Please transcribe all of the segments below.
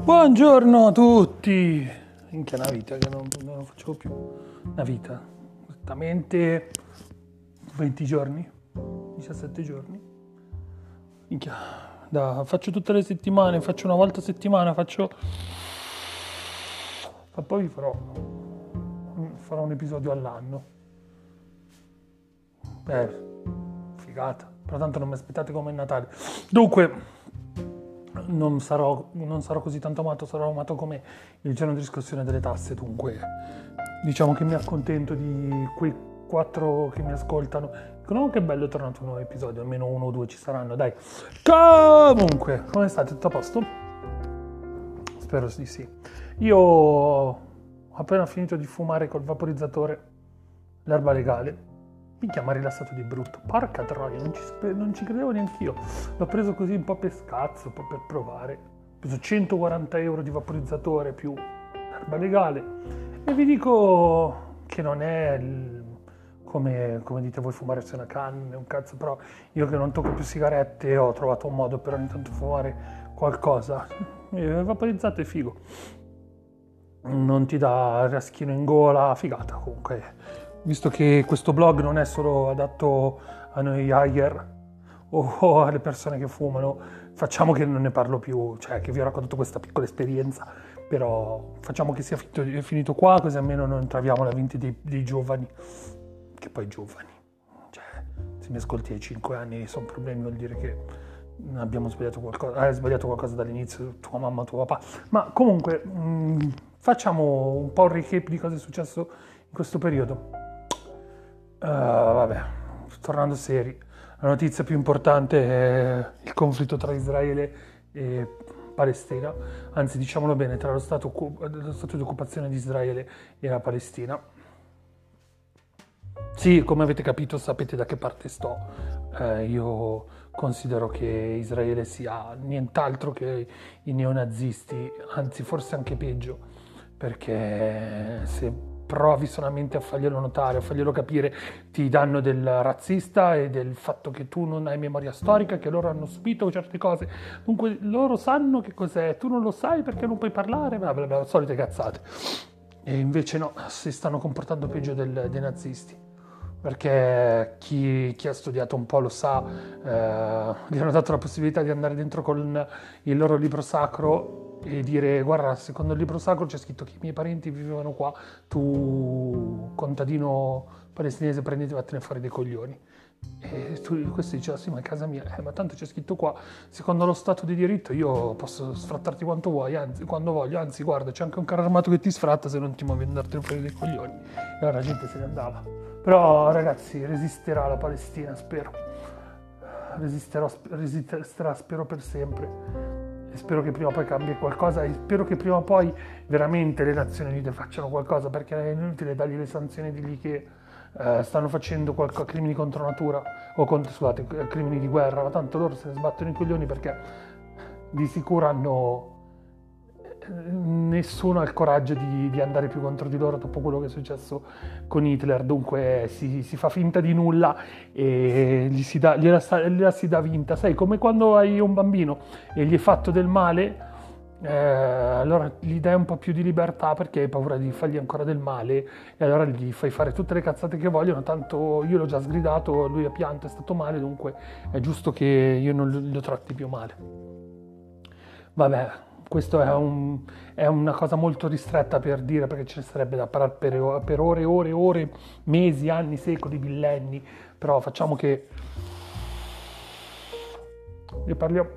Buongiorno a tutti! Minchia, una vita che non lo facevo più. Una vita, esattamente 20 giorni, 17 giorni. Minchia, faccio tutte le settimane, faccio una volta a settimana, poi farò un episodio all'anno. Figata. Però tanto non mi aspettate come il Natale. Dunque, non sarò così tanto amato, sarò amato come il giorno di riscossione delle tasse. Dunque, diciamo che mi accontento di quei 4 che mi ascoltano. Dicono: "Oh, che bello, è tornato un nuovo episodio", almeno 1 o 2 ci saranno, dai. Comunque, come state? Tutto a posto? Spero di sì. Io ho appena finito di fumare col vaporizzatore l'erba legale. Minchia, mi ha rilassato di brutto. Porca troia, non ci credevo neanch'io. L'ho preso così un po' per scazzo, un po' per provare. Ho preso 140 euro di vaporizzatore più l'erba legale. E vi dico che non è come dite voi, fumarsi una canna, un cazzo, però io che non tocco più sigarette ho trovato un modo per ogni tanto fumare qualcosa. Il vaporizzato è figo. Non ti dà raschino in gola, figata comunque. Visto che questo blog non è solo adatto a noi higher o alle persone che fumano, facciamo che non ne parlo più, cioè che vi ho raccontato questa piccola esperienza, però facciamo che sia finito qua, così almeno non traviamo la mente dei giovani, che poi giovani, cioè se mi ascolti ai 5 anni sono problemi, vuol dire che abbiamo sbagliato qualcosa, hai sbagliato qualcosa dall'inizio, tua mamma, tuo papà, ma comunque facciamo un po' un recap di cosa è successo in questo periodo. Vabbè, tornando seri, la notizia più importante è il conflitto tra Israele e Palestina, anzi diciamolo bene, tra lo stato di occupazione di Israele e la Palestina. Sì, come avete capito, sapete da che parte sto. Io considero che Israele sia nient'altro che i neonazisti, anzi forse anche peggio, perché se provi solamente a farglielo notare, a farglielo capire, ti danno del razzista e del fatto che tu non hai memoria storica, che loro hanno subito certe cose, dunque loro sanno che cos'è, tu non lo sai perché non puoi parlare, bla bla bla, solite cazzate. E invece no, si stanno comportando peggio dei nazisti, perché chi ha studiato un po' lo sa, gli hanno dato la possibilità di andare dentro con il loro libro sacro e dire: guarda, secondo il libro sacro c'è scritto che i miei parenti vivevano qua, tu contadino palestinese prenditi e vattene fuori dei coglioni. E questo diceva: sì, ma è casa mia, ma tanto c'è scritto qua, secondo lo stato di diritto io posso sfrattarti quanto vuoi, anzi, quando voglio, anzi guarda, c'è anche un carro armato che ti sfratta se non ti muovi a andartene fuori dei coglioni. E allora la gente se ne andava. Però ragazzi, resisterà la Palestina, spero. Resisterà, spero, per sempre. E spero che prima o poi cambi qualcosa e spero che prima o poi veramente le Nazioni Unite facciano qualcosa, perché è inutile dargli le sanzioni, dirgli che stanno facendo crimini contro natura o crimini di guerra, ma tanto loro se ne sbattono i coglioni, perché di sicuro nessuno ha il coraggio di andare più contro di loro dopo quello che è successo con Hitler. Dunque si fa finta di nulla e gliela si dà vinta. Sai, come quando hai un bambino e gli hai fatto del male, allora gli dai un po' più di libertà perché hai paura di fargli ancora del male, e allora gli fai fare tutte le cazzate che vogliono, tanto io l'ho già sgridato, lui ha pianto, è stato male, dunque è giusto che io non lo tratti più male. Vabbè, questo è una cosa molto ristretta per dire, perché ce ne sarebbe da parlare per ore e ore e ore, mesi, anni, secoli, millenni, però facciamo che ne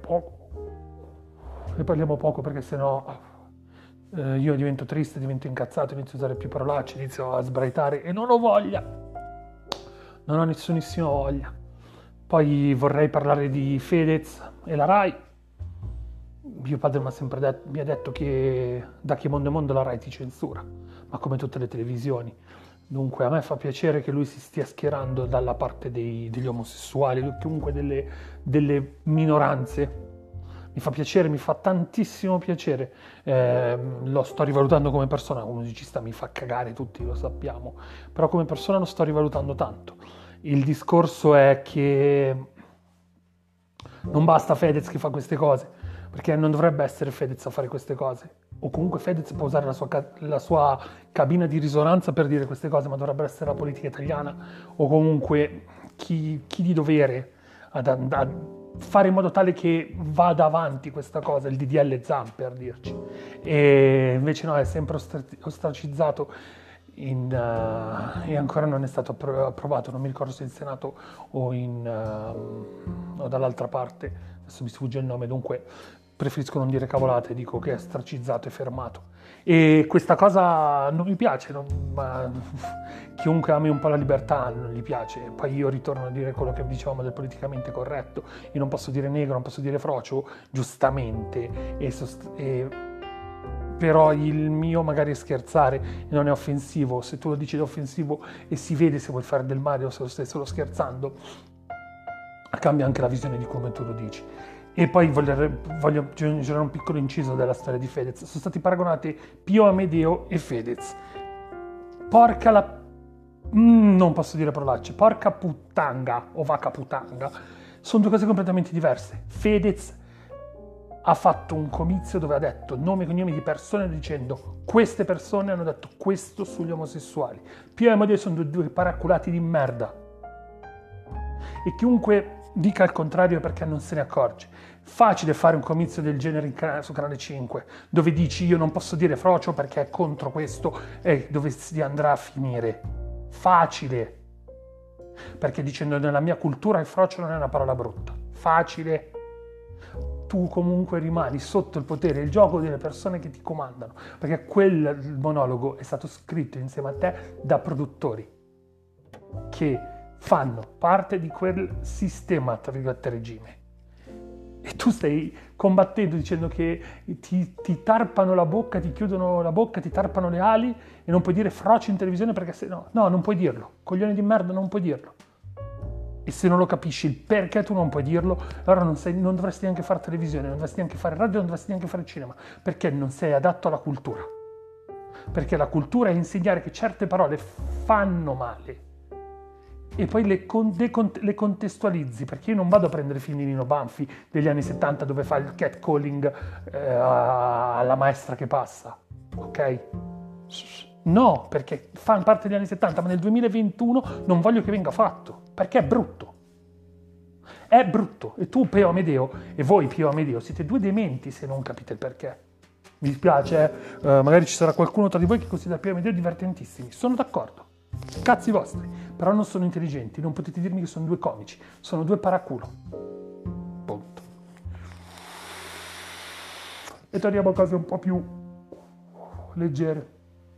parliamo poco perché sennò io divento triste, divento incazzato, inizio a usare più parolacce, inizio a sbraitare e non ho voglia, non ho nessunissima voglia. Poi vorrei parlare di Fedez e la Rai. Mio padre mi ha detto che da che mondo è mondo la Rai ti censura, ma come tutte le televisioni. Dunque a me fa piacere che lui si stia schierando dalla parte degli omosessuali, comunque delle minoranze. Mi fa piacere, mi fa tantissimo piacere. Lo sto rivalutando come persona, come musicista mi fa cagare, tutti lo sappiamo, però come persona lo sto rivalutando tanto. Il discorso è che non basta Fedez che fa queste cose, perché non dovrebbe essere Fedez a fare queste cose, o comunque Fedez può usare la sua cabina di risonanza per dire queste cose, ma dovrebbe essere la politica italiana o comunque chi di dovere a fare in modo tale che vada avanti questa cosa, il DDL Zan per dirci, e invece no, è sempre ostracizzato e ancora non è stato approvato, non mi ricordo se in Senato o dall'altra parte, adesso mi sfugge il nome, dunque preferisco non dire cavolate, dico che è stracizzato e fermato. E questa cosa non mi piace, ma chiunque ami un po' la libertà non gli piace. Poi io ritorno a dire quello che dicevamo del politicamente corretto, io non posso dire negro, non posso dire frocio, giustamente, però il mio magari è scherzare e non è offensivo. Se tu lo dici è offensivo e si vede se vuoi fare del male o se lo stai solo scherzando, cambia anche la visione di come tu lo dici. E poi voglio aggiungere un piccolo inciso della storia di Fedez. Sono stati paragonati Pio Amedeo e Fedez. Porca la... non posso dire parolacce. Porca puttanga o vacca puttanga. Sono due cose completamente diverse. Fedez ha fatto un comizio dove ha detto nomi e cognomi di persone dicendo queste persone hanno detto questo sugli omosessuali. Pio e Amedeo sono due paraculati di merda. E chiunque dica il contrario è perché non se ne accorge. Facile fare un comizio del genere su Canale 5, dove dici io non posso dire frocio perché è contro questo e dove si andrà a finire. Facile. Perché dicendo nella mia cultura il frocio non è una parola brutta. Facile. Tu comunque rimani sotto il potere e il gioco delle persone che ti comandano, perché quel monologo è stato scritto insieme a te da produttori che fanno parte di quel sistema, tra virgolette, regime. E tu stai combattendo dicendo che ti tarpano la bocca, ti chiudono la bocca, ti tarpano le ali e non puoi dire frocio in televisione perché se no, non puoi dirlo. Coglione di merda, non puoi dirlo. E se non lo capisci il perché tu non puoi dirlo, allora non dovresti neanche fare televisione, non dovresti neanche fare radio, non dovresti neanche fare cinema, perché non sei adatto alla cultura. Perché la cultura è insegnare che certe parole fanno male e poi le contestualizzi, perché io non vado a prendere film di Nino Banfi degli anni 70 dove fa il catcalling alla maestra che passa, ok? No, perché fa parte degli anni 70, ma nel 2021 non voglio che venga fatto, perché è brutto. È brutto. E tu, Pio Amedeo, e voi, Pio Amedeo, siete due dementi se non capite il perché. Mi dispiace, magari ci sarà qualcuno tra di voi che considera Pio Amedeo divertentissimi. Sono d'accordo. Cazzi vostri. Però non sono intelligenti, non potete dirmi che sono due comici. Sono due paraculo. Punto. E torniamo a cose un po' più leggere.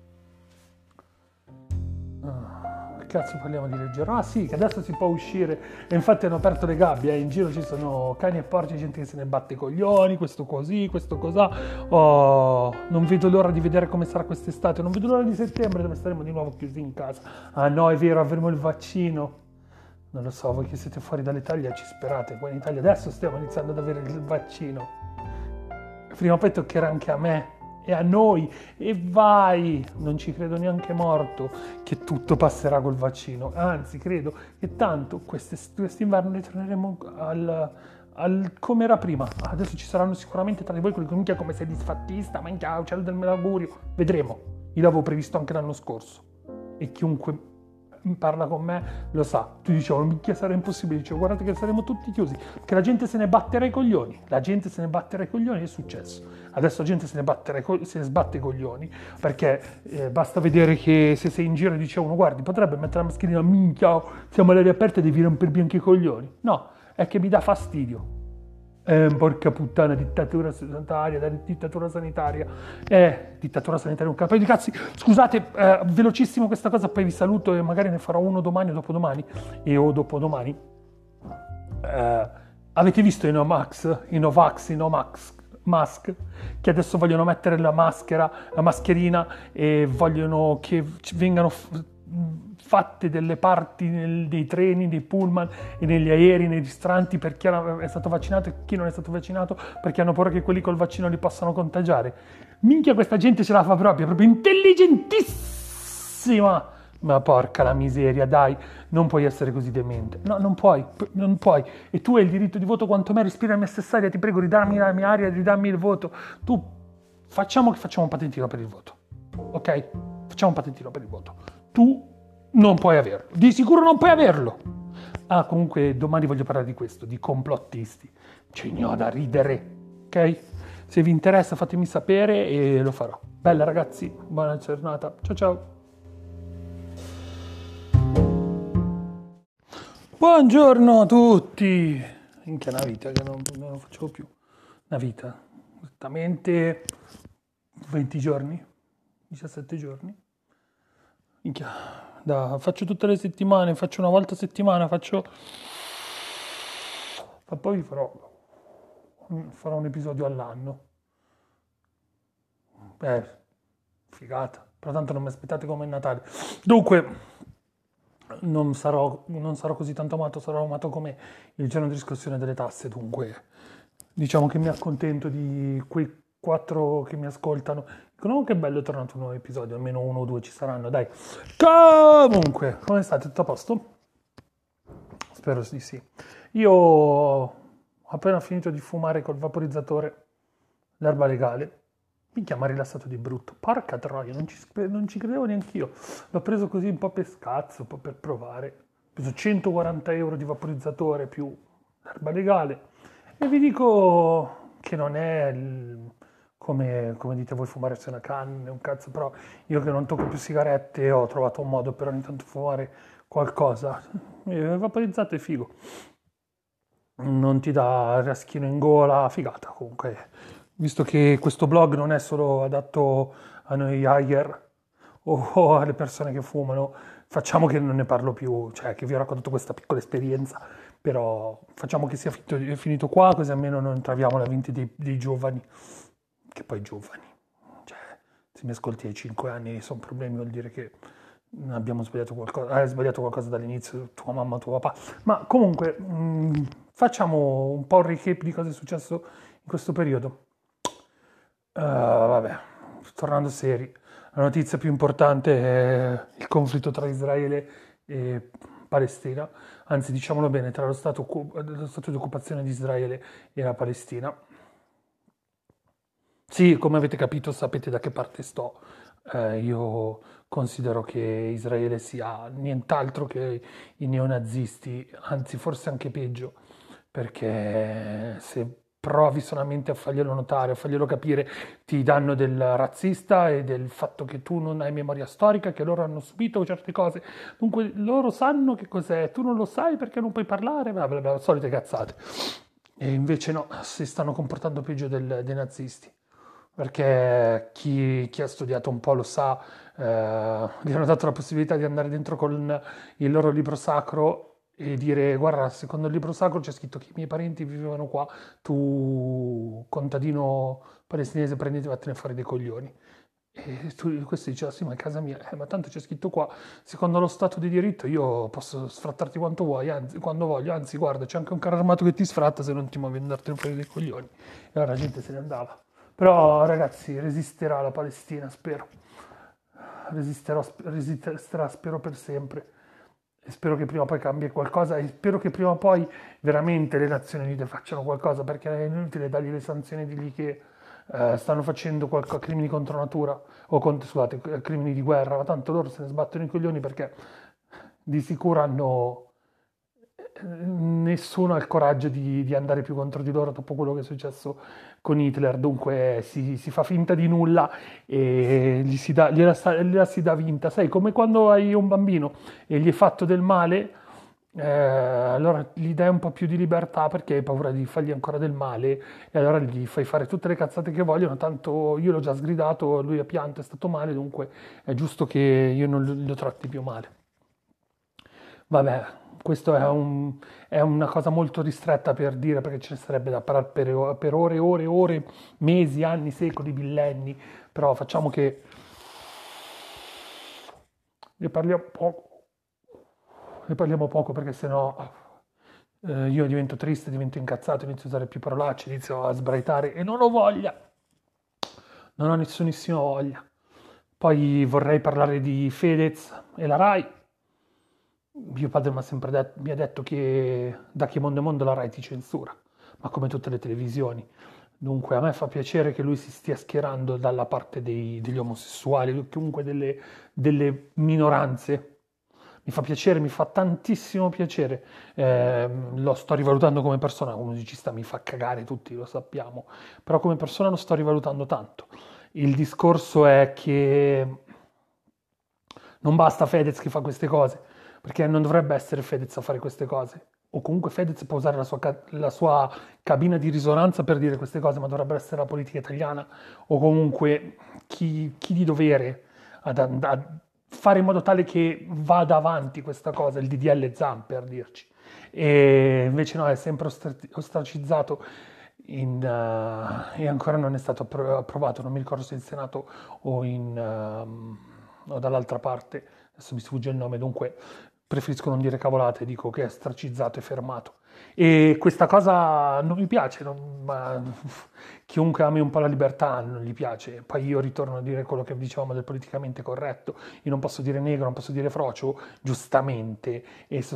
Cazzo parliamo di leggero? Ah sì, che adesso si può uscire e infatti hanno aperto le gabbie, in giro ci sono cani e porci, gente che se ne batte i coglioni, questo così, questo cosà. Oh, non vedo l'ora di vedere come sarà quest'estate, non vedo l'ora di settembre dove staremo di nuovo chiusi in casa. Ah no, è vero, avremo il vaccino. Non lo so, voi che siete fuori dall'Italia ci sperate, qua in Italia adesso stiamo iniziando ad avere il vaccino. Prima o poi toccherà anche a me. E a noi, e vai, non ci credo neanche morto che tutto passerà col vaccino, anzi credo che tanto quest'inverno ritorneremo al come era prima. Adesso ci saranno sicuramente tra di voi quelli che minchia come sei disfattista, minchia cielo del melaugurio, vedremo, io l'avevo previsto anche l'anno scorso e chiunque parla con me lo sa. Tu dicevo minchia sarà impossibile, dicevo guardate che saremo tutti chiusi perché la gente se ne batterà i coglioni, è successo. Adesso la gente se ne sbatte i coglioni perché basta vedere che se sei in giro e dice uno guardi potrebbe mettere la mascherina, minchia siamo all'aria aperta e devi rompermi anche i coglioni. No, è che mi dà fastidio. Porca puttana, dittatura sanitaria, dittatura sanitaria, un capo di cazzi. Scusate, velocissimo questa cosa, poi vi saluto e magari ne farò uno domani o dopodomani. Avete visto i Novax, Musk, che adesso vogliono mettere la mascherina e vogliono che vengano fatte delle parti dei treni, dei pullman e negli aerei, nei ristoranti per chi è stato vaccinato e chi non è stato vaccinato, perché hanno paura che quelli col vaccino li possano contagiare. Minchia, questa gente ce la fa proprio intelligentissima, Ma porca la miseria, dai, non puoi essere così demente. No, non puoi, non puoi. E tu hai il diritto di voto quanto me, respira la mia stessa aria, ti prego, ridarmi la mia aria, ridammi il voto. Tu, facciamo che facciamo un patentino per il voto, ok? Facciamo un patentino per il voto. Tu non puoi averlo, di sicuro non puoi averlo. Ah, comunque domani voglio parlare di questo, di complottisti. Ce ne ho da ridere, ok? Se vi interessa fatemi sapere e lo farò. Bella ragazzi, buona giornata. Ciao ciao. Buongiorno a tutti. Minchia, una vita che non lo facevo più. Una vita. Esattamente 20 giorni, 17 giorni. Minchia, faccio tutte le settimane, faccio una volta a settimana, poi farò un episodio all'anno. Figata. Però tanto non mi aspettate come il Natale. Dunque, non sarò così tanto amato, sarò amato come il giorno di riscossione delle tasse. Dunque, diciamo che mi accontento di quei 4 che mi ascoltano. Dicono, oh, che bello, è tornato un nuovo episodio, almeno 1 o 2 ci saranno, dai. Comunque, come state? Tutto a posto? Spero di sì. Io ho appena finito di fumare col vaporizzatore l'erba legale. Minchia, mi ha rilassato di brutto. Porca troia, non ci credevo neanch'io. L'ho preso così un po' per scazzo, un po' per provare. Ho preso 140 euro di vaporizzatore più l'erba legale. E vi dico che non è come dite voi fumarsi una canna, un cazzo, però io che non tocco più sigarette ho trovato un modo per ogni tanto fumare qualcosa. Il vaporizzato è figo. Non ti dà raschino in gola, figata comunque. Visto che questo blog non è solo adatto a noi higher o alle persone che fumano, facciamo che non ne parlo più, cioè che vi ho raccontato questa piccola esperienza, però facciamo che sia finito qua, così almeno non traviamo la mente dei giovani, che poi giovani, cioè se mi ascolti ai 5 anni sono problemi, vuol dire che abbiamo sbagliato qualcosa, hai sbagliato qualcosa dall'inizio, tua mamma, tuo papà, ma comunque facciamo un po' un recap di cosa è successo in questo periodo. Vabbè, tornando seri, la notizia più importante è il conflitto tra Israele e Palestina, anzi diciamolo bene, tra lo stato di occupazione di Israele e la Palestina. Sì, come avete capito, sapete da che parte sto. Io considero che Israele sia nient'altro che i neonazisti, anzi forse anche peggio, perché se provi solamente a farglielo notare, a farglielo capire, ti danno del razzista e del fatto che tu non hai memoria storica, che loro hanno subito certe cose. Dunque loro sanno che cos'è, tu non lo sai perché non puoi parlare, bla bla bla, solite cazzate. E invece no, si stanno comportando peggio dei nazisti perché chi ha studiato un po' lo sa, gli hanno dato la possibilità di andare dentro con il loro libro sacro e dire guarda, secondo il libro sacro c'è scritto che i miei parenti vivevano qua, tu contadino palestinese prenditi e vattene fuori dei coglioni. E questo diceva sì, ma è casa mia, ma tanto c'è scritto qua, secondo lo Stato di diritto io posso sfrattarti quanto vuoi, anzi, quando voglio, anzi guarda c'è anche un carro armato che ti sfratta se non ti muovi a andartene fuori dei coglioni. E allora la gente se ne andava. Però ragazzi, resisterà la Palestina, spero. Resisterà, spero per sempre. E spero che prima o poi cambi qualcosa e spero che prima o poi veramente le Nazioni Unite facciano qualcosa perché è inutile dargli le sanzioni e dirgli che stanno facendo crimini contro natura o scusate, crimini di guerra, ma tanto loro se ne sbattono i coglioni perché di sicuro hanno nessuno ha il coraggio di andare più contro di loro dopo quello che è successo con Hitler, dunque si fa finta di nulla e gliela si dà vinta. Sai, come quando hai un bambino e gli hai fatto del male, allora gli dai un po' più di libertà perché hai paura di fargli ancora del male e allora gli fai fare tutte le cazzate che vogliono, tanto io l'ho già sgridato, lui ha pianto, è stato male, dunque è giusto che io non lo tratti più male. Vabbè, questo è una cosa molto ristretta per dire perché ce ne sarebbe da parlare per ore e ore e ore, mesi, anni, secoli, millenni, però facciamo che ne parliamo poco, ne parliamo poco perché sennò io divento triste, divento incazzato, inizio a usare più parolacce, inizio a sbraitare e non ho voglia, non ho nessunissima voglia. Poi vorrei parlare di Fedez e la Rai. Mio padre mi ha detto che da che mondo è mondo la Rai ti censura, ma come tutte le televisioni. Dunque a me fa piacere che lui si stia schierando dalla parte degli omosessuali, o comunque delle minoranze. Mi fa piacere, mi fa tantissimo piacere. Lo sto rivalutando come persona, come musicista mi fa cagare, tutti lo sappiamo, però come persona lo sto rivalutando tanto. Il discorso è che non basta Fedez che fa queste cose, perché non dovrebbe essere Fedez a fare queste cose. O comunque Fedez può usare la sua cabina di risonanza per dire queste cose, ma dovrebbe essere la politica italiana o comunque chi di dovere a fare in modo tale che vada avanti questa cosa, il DDL Zan per dirci. E invece no, è sempre ostracizzato e ancora non è stato approvato, non mi ricordo se in Senato o dall'altra parte, adesso mi sfugge il nome, dunque preferisco non dire cavolate, dico che è stracizzato e fermato. E questa cosa non mi piace, ma chiunque ami un po' la libertà non gli piace. Poi io ritorno a dire quello che dicevamo del politicamente corretto, io non posso dire negro, non posso dire frocio, giustamente,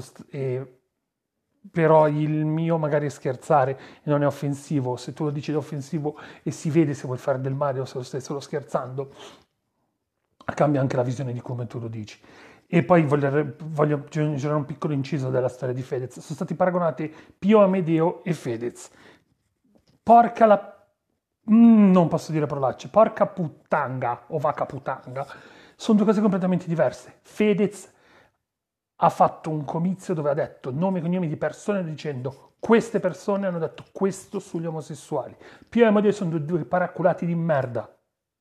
però il mio magari è scherzare e non è offensivo. Se tu lo dici ed è offensivo e si vede se vuoi fare del male o se lo stai solo scherzando, cambia anche la visione di come tu lo dici. E poi voglio aggiungere un piccolo inciso della storia di Fedez. Sono stati paragonati Pio Amedeo e Fedez. Porca la... non posso dire parolacce. Porca puttanga o vacca puttanga. Sono due cose completamente diverse. Fedez ha fatto un comizio dove ha detto nomi e cognomi di persone dicendo queste persone hanno detto questo sugli omosessuali. Pio e Amedeo sono due paraculati di merda.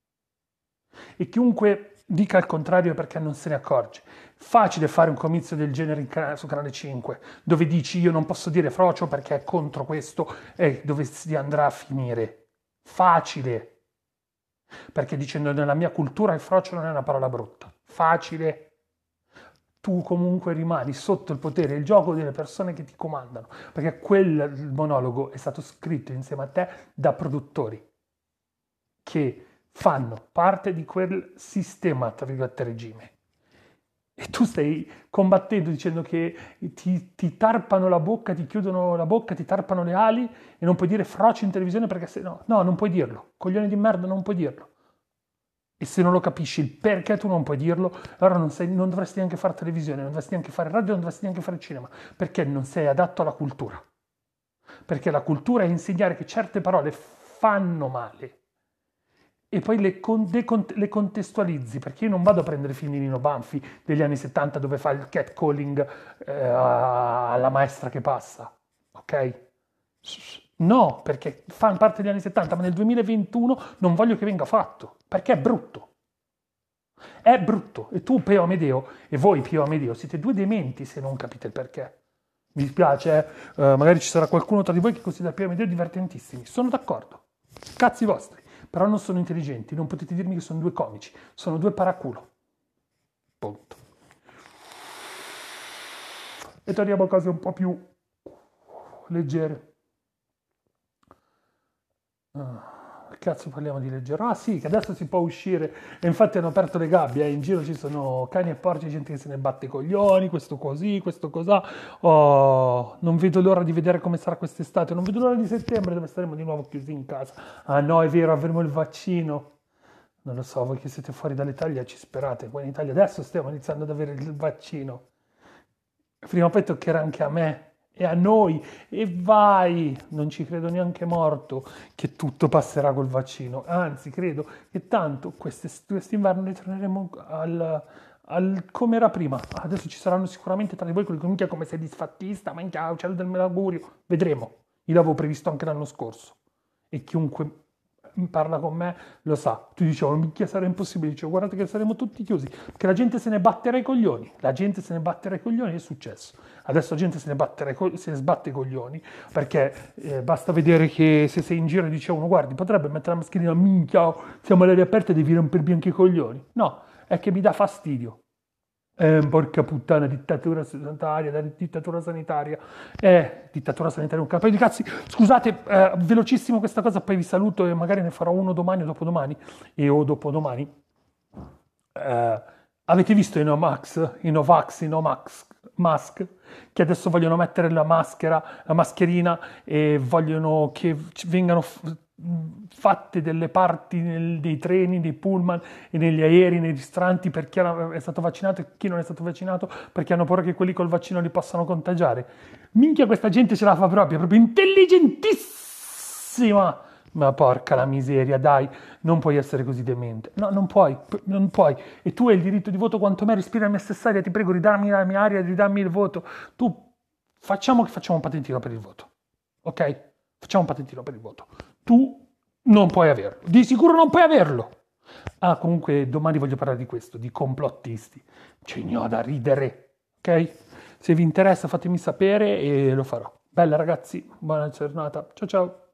E chiunque dica il contrario è perché non se ne accorge. Facile fare un comizio del genere su Canale 5, dove dici io non posso dire frocio perché è contro questo e dove si andrà a finire. Facile. Perché dicendo nella mia cultura il frocio non è una parola brutta. Facile. Tu comunque rimani sotto il potere e il gioco delle persone che ti comandano, perché quel monologo è stato scritto insieme a te da produttori che fanno parte di quel sistema, tra virgolette, regime. E tu stai combattendo dicendo che ti tarpano la bocca, ti chiudono la bocca, ti tarpano le ali e non puoi dire froci in televisione perché se no, non puoi dirlo. Coglione di merda, non puoi dirlo. E se non lo capisci il perché tu non puoi dirlo, allora non dovresti neanche fare televisione, non dovresti neanche fare radio, non dovresti neanche fare cinema, perché non sei adatto alla cultura. Perché la cultura è insegnare che certe parole fanno male e poi le contestualizzi, perché io non vado a prendere film di Nino Banfi degli anni 70 dove fa il catcalling alla maestra che passa, ok? No, perché fa parte degli anni 70, ma nel 2021 non voglio che venga fatto, perché è brutto. È brutto. E tu, Pio Amedeo, e voi, Pio Amedeo, siete due dementi se non capite il perché. Mi dispiace, magari ci sarà qualcuno tra di voi che considera Pio Amedeo divertentissimi. Sono d'accordo. Cazzi vostri. Però non sono intelligenti, non potete dirmi che sono due comici, sono due paraculo. Punto. E torniamo a cose un po' più leggere. Cazzo parliamo di leggero? Ah sì, che adesso si può uscire e infatti hanno aperto le gabbie, in giro ci sono cani e porci, gente che se ne batte i coglioni, questo così, questo cosà. Oh, non vedo l'ora di vedere come sarà quest'estate, non vedo l'ora di settembre dove staremo di nuovo chiusi in casa. Ah no, è vero, avremo il vaccino. Non lo so, voi che siete fuori dall'Italia ci sperate, qua in Italia adesso stiamo iniziando ad avere il vaccino. Prima o poi toccherà anche a me e a noi e vai, non ci credo neanche morto che tutto passerà col vaccino, anzi credo che tanto quest'inverno ritorneremo al come era prima. Adesso ci saranno sicuramente tra di voi quelli che minchia come sei disfattista, minchia uccello del melaugurio, vedremo, io l'avevo previsto anche l'anno scorso e chiunque parla con me lo sa. Tu dicevo, minchia sarà impossibile, dicevo guardate che saremo tutti chiusi, perché la gente se ne batterà i coglioni, è successo. Adesso la gente se ne sbatte i coglioni, perché basta vedere che se sei in giro e dice uno guardi potrebbe mettere la mascherina, minchia siamo all'aria aperta e devi rompermi anche i coglioni. No, è che mi dà fastidio. Porca puttana, dittatura sanitaria, dittatura sanitaria. Dittatura sanitaria, un capo di cazzi. Scusate, velocissimo questa cosa, poi vi saluto e magari ne farò uno domani o dopodomani. E o dopodomani. Avete visto i Novax, Musk, che adesso vogliono mettere la maschera, la mascherina e vogliono che vengano fatte delle parti dei treni, dei pullman e negli aerei, nei ristoranti per chi è stato vaccinato e chi non è stato vaccinato, perché hanno paura che quelli col vaccino li possano contagiare. Minchia, questa gente ce la fa proprio, è proprio intelligentissima! Ma porca la miseria, dai, non puoi essere così demente. No, non puoi, non puoi. E tu hai il diritto di voto quanto me, respira la mia stessa aria, ti prego, ridarmi la mia aria, ridarmi il voto. Tu, facciamo che facciamo un patentino per il voto, ok? Facciamo un patentino per il voto. Tu non puoi averlo, di sicuro non puoi averlo. Ah, comunque domani voglio parlare di questo, di complottisti. Ce ne ho da ridere, ok? Se vi interessa fatemi sapere e lo farò. Bella ragazzi, buona giornata. Ciao ciao.